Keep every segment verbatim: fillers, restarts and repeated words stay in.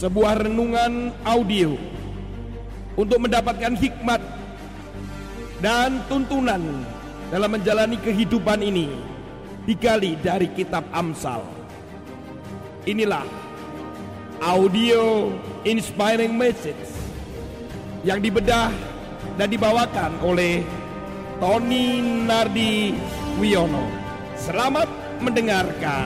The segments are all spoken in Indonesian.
sebuah renungan audio untuk mendapatkan hikmat dan tuntunan dalam menjalani kehidupan ini digali dari kitab Amsal. Inilah audio inspiring message yang dibedah dan dibawakan oleh Tony Nardi Wiono. Selamat mendengarkan.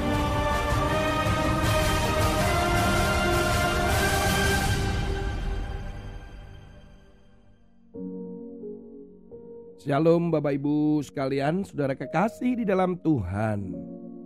Shalom Bapak Ibu sekalian, saudara kekasih di dalam Tuhan.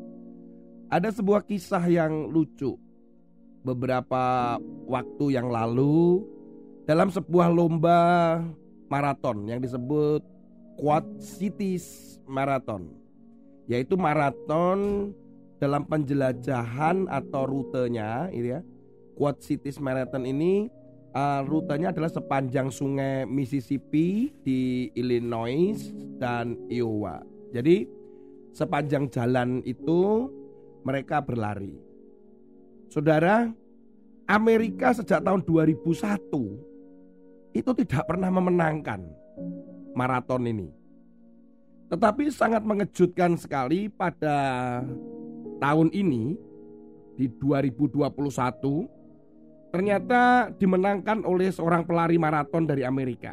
Ada sebuah kisah yang lucu. Beberapa waktu yang lalu dalam sebuah lomba maraton yang disebut Quad Cities Marathon, yaitu maraton dalam penjelajahan atau rutenya, ini ya. Quad Cities Marathon ini uh, rutenya adalah sepanjang sungai Mississippi di Illinois dan Iowa. Jadi sepanjang jalan itu mereka berlari. Saudara, Amerika sejak tahun dua ribu satu itu tidak pernah memenangkan maraton ini. Tetapi sangat mengejutkan sekali pada tahun ini di dua ribu dua puluh satu ternyata dimenangkan oleh seorang pelari maraton dari Amerika.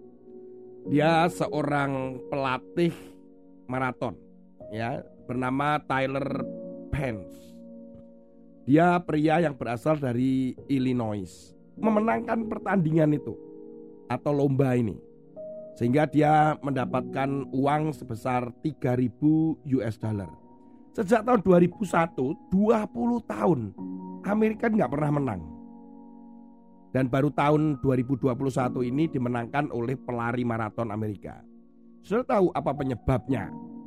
Dia seorang pelatih maraton ya, bernama Tyler Pence. Dia pria yang berasal dari Illinois, memenangkan pertandingan itu atau lomba ini, sehingga dia mendapatkan uang sebesar tiga ribu U S dollar. Sejak tahun dua ribu satu, dua puluh tahun Amerika nggak pernah menang. Dan baru tahun dua ribu dua puluh satu ini dimenangkan oleh pelari maraton Amerika. Sudah tahu apa penyebabnya?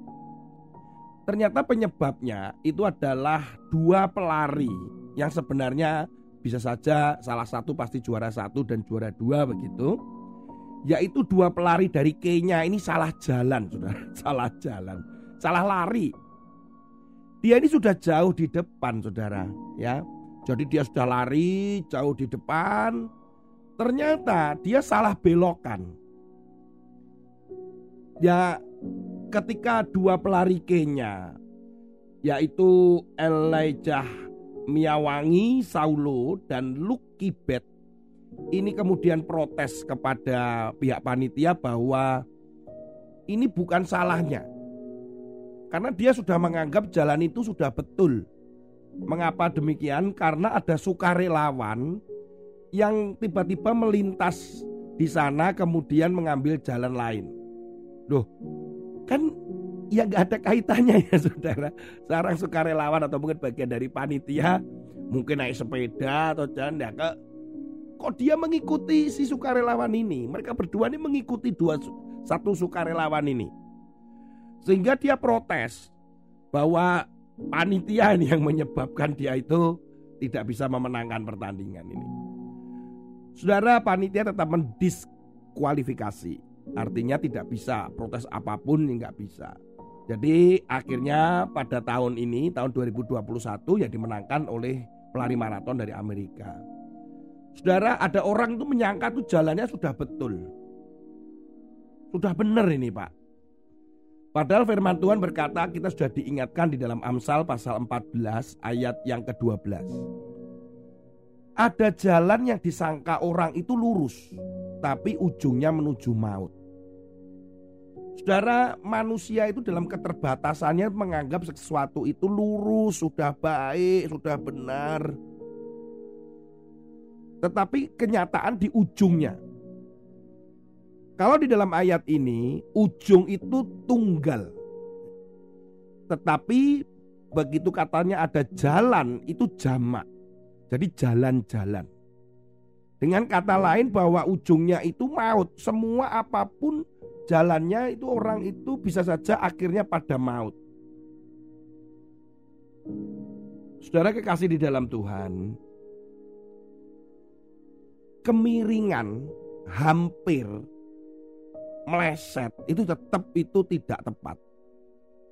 Ternyata penyebabnya itu adalah dua pelari yang sebenarnya bisa saja salah satu pasti juara satu dan juara dua begitu. Yaitu dua pelari dari Kenya ini salah jalan, saudara. Salah jalan, salah lari. Dia ini sudah jauh di depan, saudara, ya. Jadi dia sudah lari jauh di depan. Ternyata dia salah belokan. Ya, ketika dua pelari Kenya, yaitu Elijah Miawangi Saulo dan Luke Kibet, ini kemudian protes kepada pihak panitia bahwa ini bukan salahnya, karena dia sudah menganggap jalan itu sudah betul. Mengapa demikian? Karena ada sukarelawan yang tiba-tiba melintas di sana kemudian mengambil jalan lain. Loh, kan ya gak ada kaitannya ya saudara. Seorang sukarelawan atau mungkin bagian dari panitia, mungkin naik sepeda atau jalan ya ke, kok dia mengikuti si sukarelawan ini. Mereka berdua ini mengikuti dua satu sukarelawan ini, sehingga dia protes bahwa panitia ini yang menyebabkan dia itu tidak bisa memenangkan pertandingan ini. Saudara, panitia tetap mendiskualifikasi. Artinya tidak bisa protes apapun, nggak bisa. Jadi akhirnya pada tahun ini, tahun dua ribu dua puluh satu ya dimenangkan oleh pelari maraton dari Amerika. Saudara, ada orang itu menyangka tuh jalannya sudah betul, sudah benar ini Pak. Padahal firman Tuhan berkata, kita sudah diingatkan di dalam Amsal pasal empat belas ayat yang kedua belas. Ada jalan yang disangka orang itu lurus, tapi ujungnya menuju maut. Saudara, manusia itu dalam keterbatasannya menganggap sesuatu itu lurus, sudah baik, sudah benar. Tetapi kenyataan di ujungnya. Kalau di dalam ayat ini, ujung itu tunggal. Tetapi begitu katanya ada jalan, itu jamak. Jadi jalan-jalan. Dengan kata lain bahwa ujungnya itu maut. Semua apapun jalannya itu, orang itu bisa saja akhirnya pada maut. Saudara kekasih di dalam Tuhan, kemiringan hampir meleset itu tetap itu tidak tepat.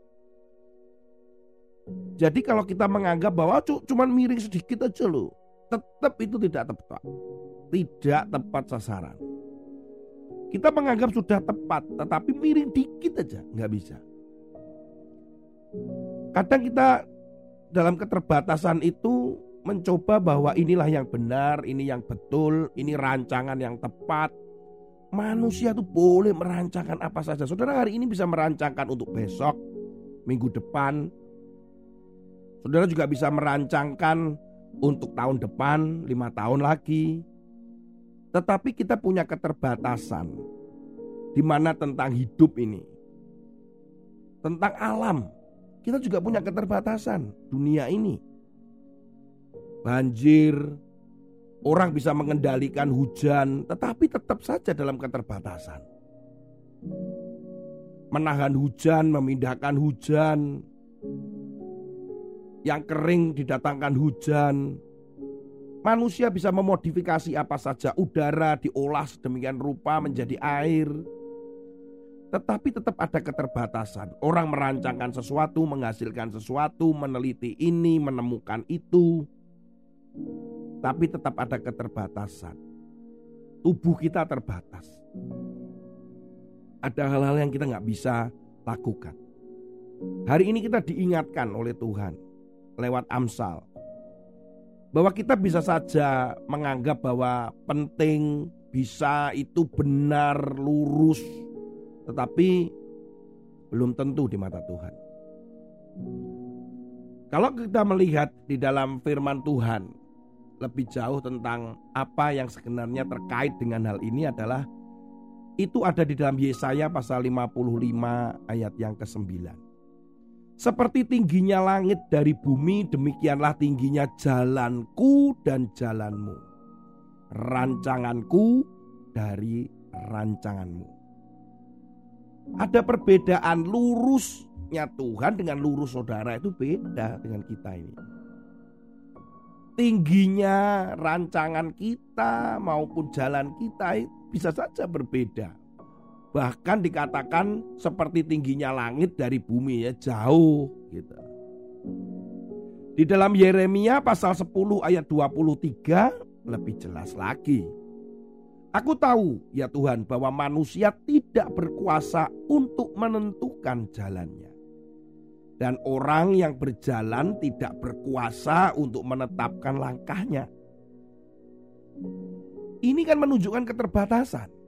Jadi kalau kita menganggap bahwa cuman miring sedikit aja loh, tetap itu tidak tepat. Tidak tepat sasaran. Kita menganggap sudah tepat, tetapi miring dikit aja nggak bisa. Kadang kita dalam keterbatasan itu mencoba bahwa inilah yang benar, ini yang betul, ini rancangan yang tepat. Manusia itu boleh merancangkan apa saja. Saudara hari ini bisa merancangkan untuk besok, minggu depan. Saudara juga bisa merancangkan untuk tahun depan, lima tahun lagi. Tetapi kita punya keterbatasan di mana tentang hidup ini, tentang alam, kita juga punya keterbatasan dunia ini. Banjir, orang bisa mengendalikan hujan, tetapi tetap saja dalam keterbatasan. Menahan hujan, memindahkan hujan, yang kering didatangkan hujan. Manusia bisa memodifikasi apa saja, udara diolah sedemikian rupa menjadi air. Tetapi tetap ada keterbatasan. Orang merancangkan sesuatu, menghasilkan sesuatu, meneliti ini, menemukan itu. Tapi tetap ada keterbatasan. Tubuh kita terbatas. Ada hal-hal yang kita gak bisa lakukan. Hari ini kita diingatkan oleh Tuhan lewat Amsal bahwa kita bisa saja menganggap bahwa penting, bisa, itu benar, lurus, tetapi belum tentu di mata Tuhan. Kalau kita melihat di dalam firman Tuhan lebih jauh tentang apa yang sebenarnya terkait dengan hal ini adalah itu ada di dalam Yesaya pasal lima puluh lima ayat yang kesembilan. Seperti tingginya langit dari bumi, demikianlah tingginya jalanku dan jalanmu, rancanganku dari rancanganmu. Ada perbedaan. Lurusnya Tuhan dengan lurus saudara itu beda dengan kita ini. Tingginya rancangan kita maupun jalan kita bisa saja berbeda. Bahkan dikatakan seperti tingginya langit dari bumi, ya, jauh gitu. Di dalam Yeremia pasal sepuluh ayat dua puluh tiga lebih jelas lagi. Aku tahu ya Tuhan bahwa manusia tidak berkuasa untuk menentukan jalannya. Dan orang yang berjalan tidak berkuasa untuk menetapkan langkahnya. Ini kan menunjukkan keterbatasan.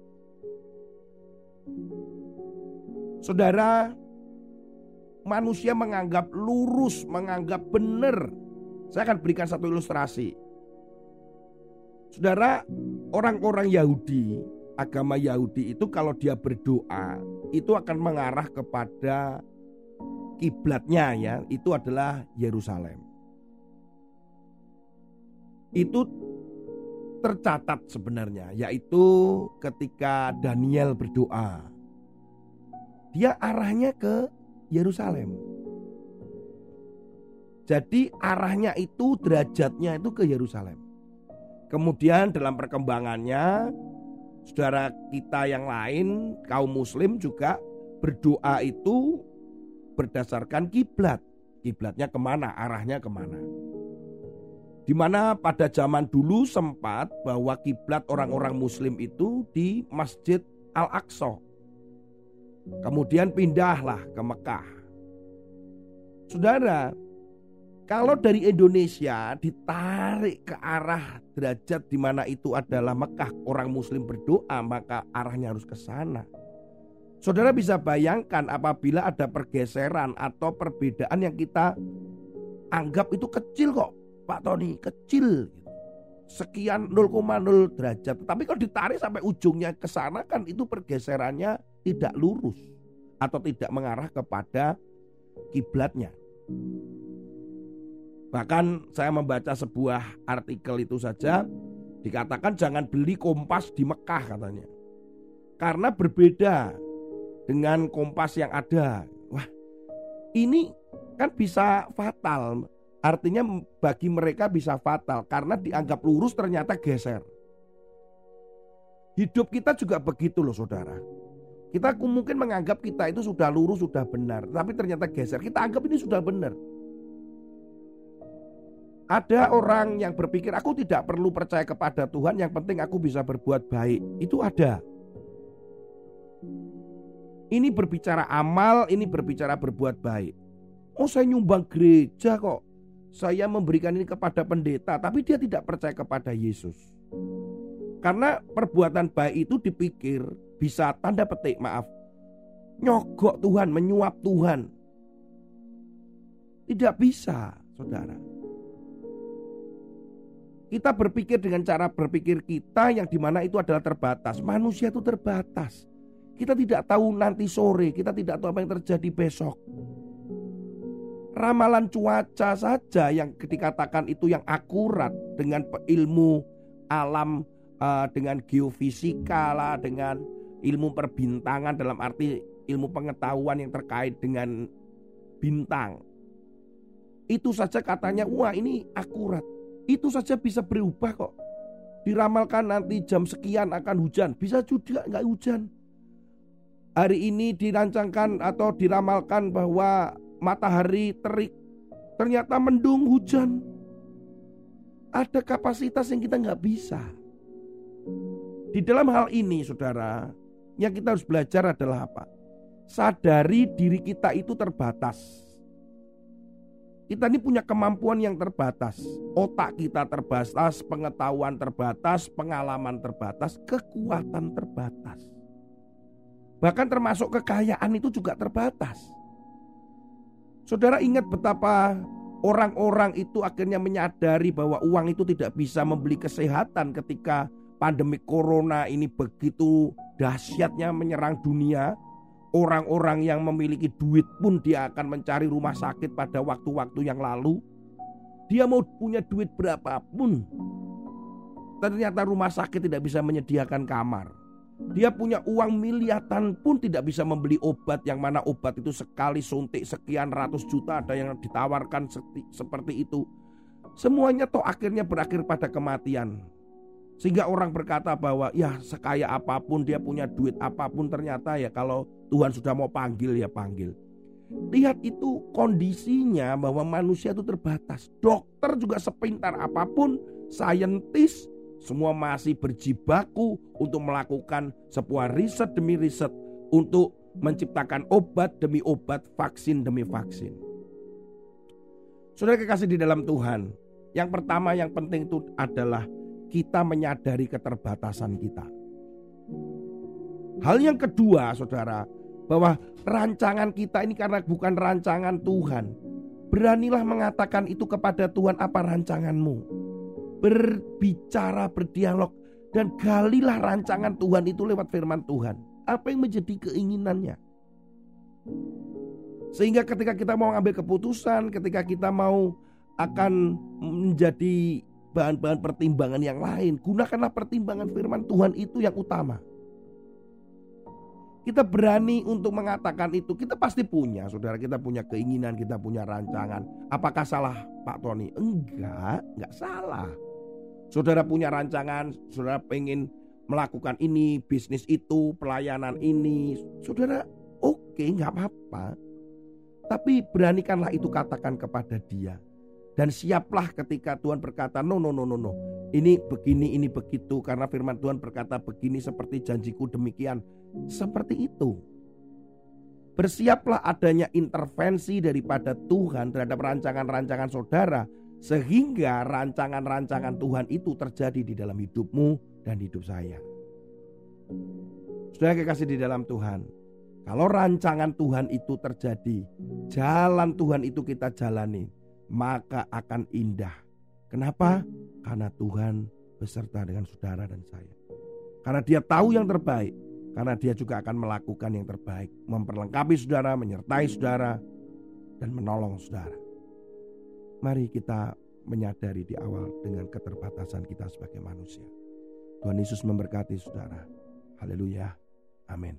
Saudara, manusia menganggap lurus, menganggap benar. Saya akan berikan satu ilustrasi. Saudara, orang-orang Yahudi, agama Yahudi itu kalau dia berdoa, itu akan mengarah kepada kiblatnya, ya, itu adalah Yerusalem. Itu tercatat sebenarnya, yaitu ketika Daniel berdoa, dia arahnya ke Yerusalem. Jadi arahnya itu, derajatnya itu ke Yerusalem. Kemudian dalam perkembangannya, saudara kita yang lain, kaum muslim juga berdoa itu berdasarkan kiblat. Kiblatnya kemana, arahnya kemana. Di mana pada zaman dulu sempat bahwa kiblat orang-orang muslim itu di Masjid Al-Aqsa. Kemudian pindahlah ke Mekah. Saudara, kalau dari Indonesia ditarik ke arah derajat di mana itu adalah Mekah, orang muslim berdoa, maka arahnya harus ke sana. Saudara bisa bayangkan apabila ada pergeseran atau perbedaan yang kita anggap itu kecil kok, Pak Tony, kecil, sekian nol koma nol derajat. Tapi kalau ditarik sampai ujungnya ke sana kan itu pergeserannya tidak lurus atau tidak mengarah kepada kiblatnya. Bahkan saya membaca sebuah artikel itu saja, dikatakan jangan beli kompas di Mekah katanya, karena berbeda dengan kompas yang ada. Wah, ini kan bisa fatal. Artinya bagi mereka bisa fatal karena dianggap lurus ternyata geser. Hidup kita juga begitu loh saudara. Kita mungkin menganggap kita itu sudah lurus, sudah benar, tapi ternyata geser. Kita anggap ini sudah benar. Ada orang yang berpikir aku tidak perlu percaya kepada Tuhan, yang penting aku bisa berbuat baik. Itu ada. Ini berbicara amal, ini berbicara berbuat baik. Oh, saya nyumbang gereja kok, saya memberikan ini kepada pendeta, tapi dia tidak percaya kepada Yesus. Karena perbuatan baik itu dipikir bisa tanda petik, maaf, nyogok Tuhan, menyuap Tuhan. Tidak bisa, saudara. Kita berpikir dengan cara berpikir kita yang dimana itu adalah terbatas. Manusia itu terbatas. Kita tidak tahu nanti sore, kita tidak tahu apa yang terjadi besok. Ramalan cuaca saja yang dikatakan itu yang akurat dengan ilmu alam, uh, dengan geofisika lah, dengan ilmu perbintangan dalam arti ilmu pengetahuan yang terkait dengan bintang. Itu saja katanya, wah ini akurat. Itu saja bisa berubah kok. Diramalkan nanti jam sekian akan hujan, bisa juga nggak hujan. Hari ini dirancangkan atau diramalkan bahwa matahari terik, ternyata mendung hujan. Ada kapasitas yang kita nggak bisa. Di dalam hal ini, saudara, yang kita harus belajar adalah apa? Sadari diri kita itu terbatas. Kita ini punya kemampuan yang terbatas. Otak kita terbatas, pengetahuan terbatas, pengalaman terbatas, kekuatan terbatas. Bahkan termasuk kekayaan itu juga terbatas. Saudara ingat betapa orang-orang itu akhirnya menyadari bahwa uang itu tidak bisa membeli kesehatan ketika pandemi corona ini begitu dahsyatnya menyerang dunia. Orang-orang yang memiliki duit pun dia akan mencari rumah sakit pada waktu-waktu yang lalu. Dia mau punya duit berapapun, ternyata rumah sakit tidak bisa menyediakan kamar. Dia punya uang miliaran pun tidak bisa membeli obat, yang mana obat itu sekali suntik sekian ratus juta, ada yang ditawarkan seperti itu. Semuanya toh akhirnya berakhir pada kematian. Sehingga orang berkata bahwa ya sekaya apapun dia punya duit apapun, ternyata ya kalau Tuhan sudah mau panggil ya panggil. Lihat itu kondisinya bahwa manusia itu terbatas. Dokter juga sepintar apapun, saintis semua masih berjibaku untuk melakukan sebuah riset demi riset untuk menciptakan obat demi obat, vaksin demi vaksin. Saudara kekasih di dalam Tuhan, yang pertama yang penting itu adalah kita menyadari keterbatasan kita. Hal yang kedua, saudara, bahwa rancangan kita ini karena bukan rancangan Tuhan. Beranilah mengatakan itu kepada Tuhan, apa rancanganmu. Berbicara, berdialog, dan galilah rancangan Tuhan itu lewat firman Tuhan. Apa yang menjadi keinginannya. Sehingga ketika kita mau ambil keputusan, ketika kita mau akan menjadi bahan-bahan pertimbangan yang lain, gunakanlah pertimbangan firman Tuhan itu yang utama. Kita berani untuk mengatakan itu. Kita pasti punya, saudara, kita punya keinginan, kita punya rancangan. Apakah salah Pak Tony? Enggak, enggak salah. Saudara punya rancangan, saudara pengen melakukan ini, bisnis itu, pelayanan ini, saudara oke, enggak apa-apa. Tapi beranikanlah itu katakan kepada Dia. Dan siaplah ketika Tuhan berkata no no no no no, ini begini ini begitu, karena firman Tuhan berkata begini, seperti janjiku demikian. Seperti itu. Bersiaplah adanya intervensi daripada Tuhan terhadap rancangan-rancangan saudara, sehingga rancangan-rancangan Tuhan itu terjadi di dalam hidupmu dan hidup saya. Saudara kekasih di dalam Tuhan, kalau rancangan Tuhan itu terjadi, jalan Tuhan itu kita jalani, maka akan indah. Kenapa? Karena Tuhan beserta dengan saudara dan saya. Karena Dia tahu yang terbaik. Karena Dia juga akan melakukan yang terbaik, memperlengkapi saudara, menyertai saudara, dan menolong saudara. Mari kita menyadari di awal dengan keterbatasan kita sebagai manusia. Tuhan Yesus memberkati saudara. Haleluya. Amin.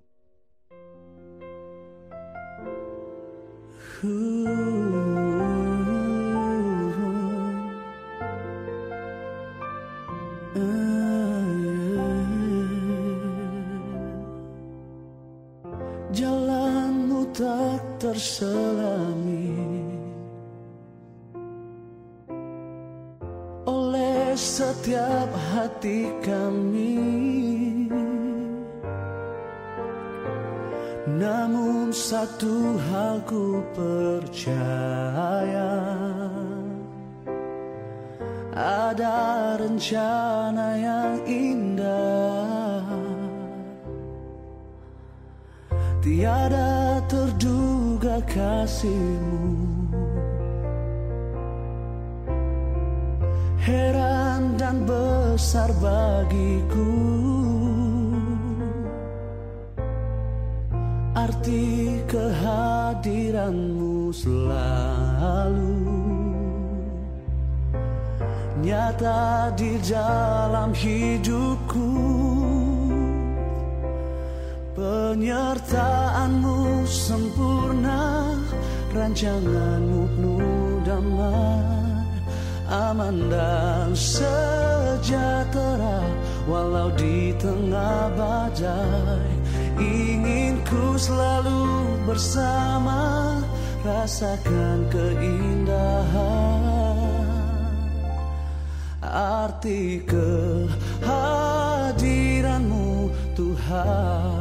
Jalanmu tak terselami, setiap hati kami. Namun satu hal ku percaya, ada rencana yang indah. Tiada terduga kasih-Mu, heran dan besar bagiku. Arti kehadiran-Mu selalu nyata di dalam hidupku. Penyertaan-Mu sempurna, rancangan-Mu penuh damai, aman dan sejahtera walau di tengah badai. Ingin ku selalu bersama, rasakan keindahan arti kehadiran-Mu Tuhan.